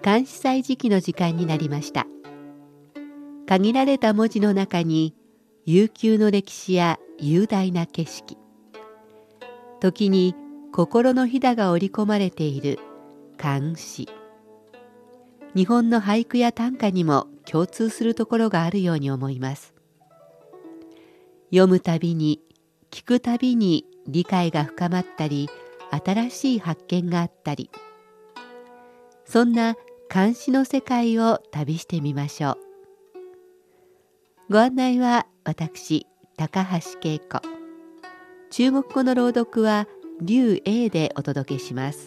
漢詩祭時期の時間になりました。限られた文字の中に悠久の歴史や雄大な景色、時に心のひだが織り込まれている漢詩。日本の俳句や短歌にも共通するところがあるように思います。読むたびに、聞くたびに理解が深まったり、新しい発見があったり、そんな漢詩の世界を旅してみましょう。ご案内は私、高橋恵子。中国語の朗読は劉英でお届けします。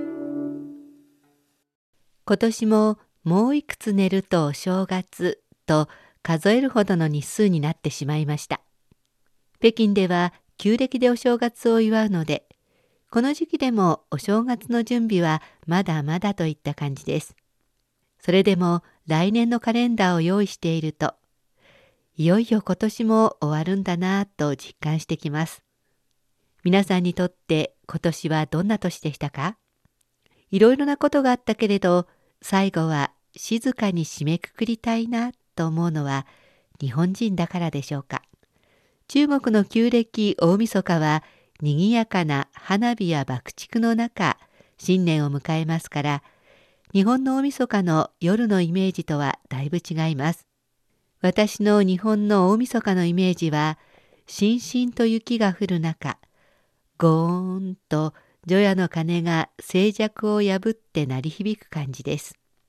今年ももういくつ寝るとお正月と数えるほどの日数になってしまいました。北京では旧暦でお正月を祝うので、この時期でもお正月の準備はまだまだといった感じです。それでも来年のカレンダーを用意していると、いよいよ今年も終わるんだなぁと実感してきます。皆さんにとって今年はどんな年でしたか？いろいろなことがあったけれど、最後は静かに締めくくりたいなと思うのは日本人だからでしょうか。中国の旧暦大晦日は賑やかな花火や爆竹の中、新年を迎えますから、日本の大晦日の夜のイメージとはだいぶ違います。私の日本の大晦日のイメージは、しんしんと雪が降る中、ゴーンと除夜の鐘が静寂を破って鳴り響く感じです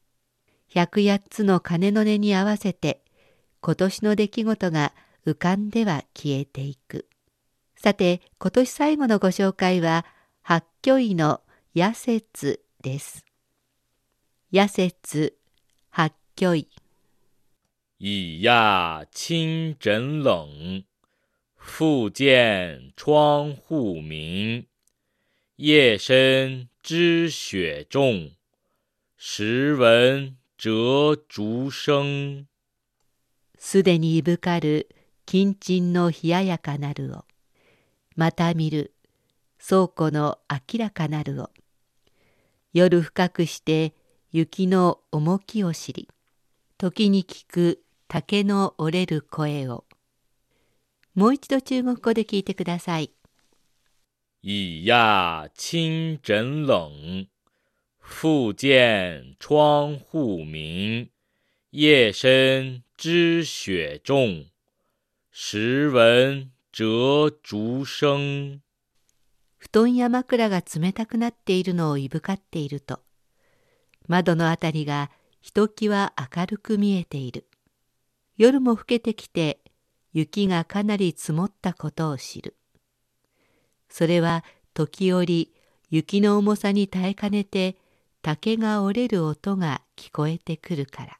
。108つの鐘の音に合わせて、今年の出来事が浮かんでは消えていく。さて、今年最後のご紹介は、八虚夷の夜節です。夜節、八虚夷。 已讶清枕冷，复见窗户明。夜深知雪重，时闻折竹声。 すでにいぶかる近鎮の冷ややかなるを、また見る倉庫の明らかなるを、夜深くして雪の重きを知り、時に聞く竹の折れる声を。もう一度中国語で聞いてください。 已讶清枕冷，复见窗户明。夜深知雪重，时闻折竹声。 布団や枕が冷たくなっているのをいぶかっていると、窓のあたりがひときわ明るく見えている。夜も更けてきて、雪がかなり積もったことを知る。それは時折雪の重さに耐えかねて竹が折れる音が聞こえてくるから。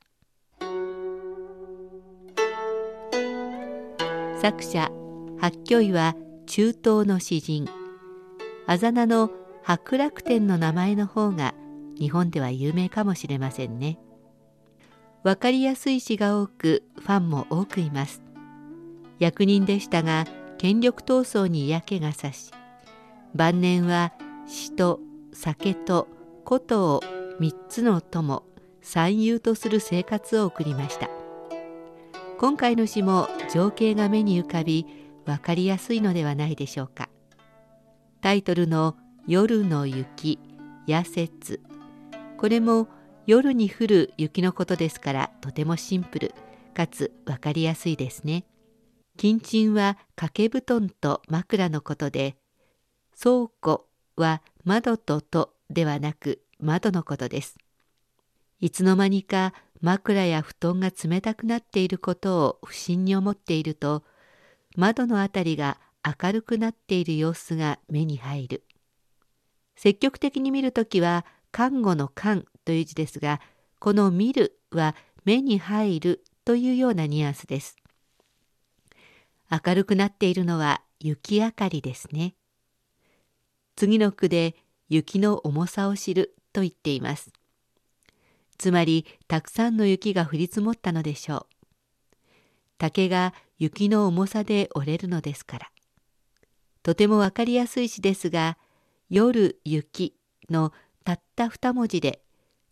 作者八虚夷は中東の詩人。あざ名の伯楽天の名前の方が日本では有名かもしれませんね。わかりやすい詩が多く、ファンも多くいます。役人でしたが、権力闘争に嫌気がさし、晩年は詩と酒と琴を3つの友、三友とする生活を送りました。今回の詩も情景が目に浮かび、わかりやすいのではないでしょうか。タイトルの夜の雪、夜節。これも夜に降る雪のことですから、とてもシンプルかつわかりやすいですね。近鎮は掛け布団と枕のことで、倉庫は窓と戸ではなく窓のことです。いつの間にか枕や布団が冷たくなっていることを不審に思っていると、窓のあたりが明るくなっている様子が目に入る。積極的に見るときは看護の看という字ですが、この見るは目に入るというようなニュアンスです。明るくなっているのは雪明かりですね。次の句で雪の重さを知ると言っています。つまりたくさんの雪が降り積もったのでしょう。竹が雪の重さで折れるのですから。とてもわかりやすい詩ですが、夜雪のたった2文字で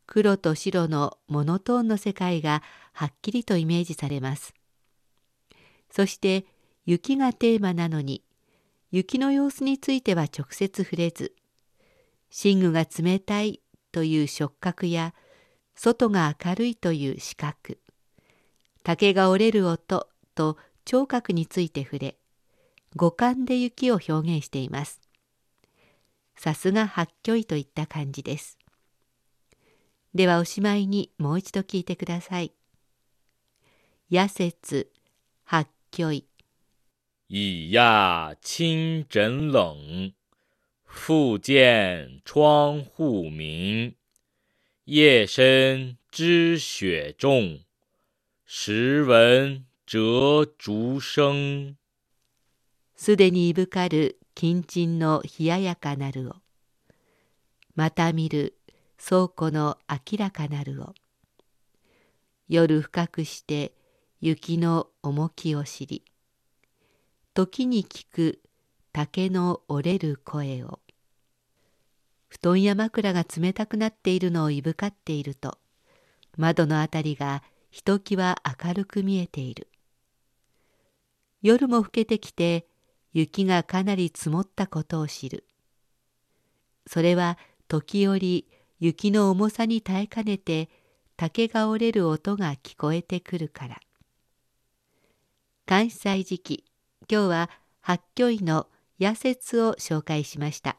黒と白のモノトーンの世界がはっきりとイメージされます。そして雪がテーマなのに、雪の様子については直接触れず、寝具が冷たいという触覚や、外が明るいという視覚、竹が折れる音と聴覚について触れ、五感で雪を表現しています。さすが八虚意といった感じです。ではおしまいにもう一度聞いてください。夜節八虚意。 已讶清枕冷，复见窗户明。夜深知雪重，时闻折竹声。 すでにいぶかる近鎮の冷ややかなるを。また見る倉庫の明らかなるを。夜深くして雪の重きを知り。時に聞く竹の折れる声を。布団や枕が冷たくなっているのをいぶかっていると、窓のあたりがひときわ明るく見えている。夜も更けてきて、雪がかなり積もったことを知る。それは時折雪の重さに耐えかねて、竹が折れる音が聞こえてくるから。関西時期、今日は八虚意の夜節を紹介しました。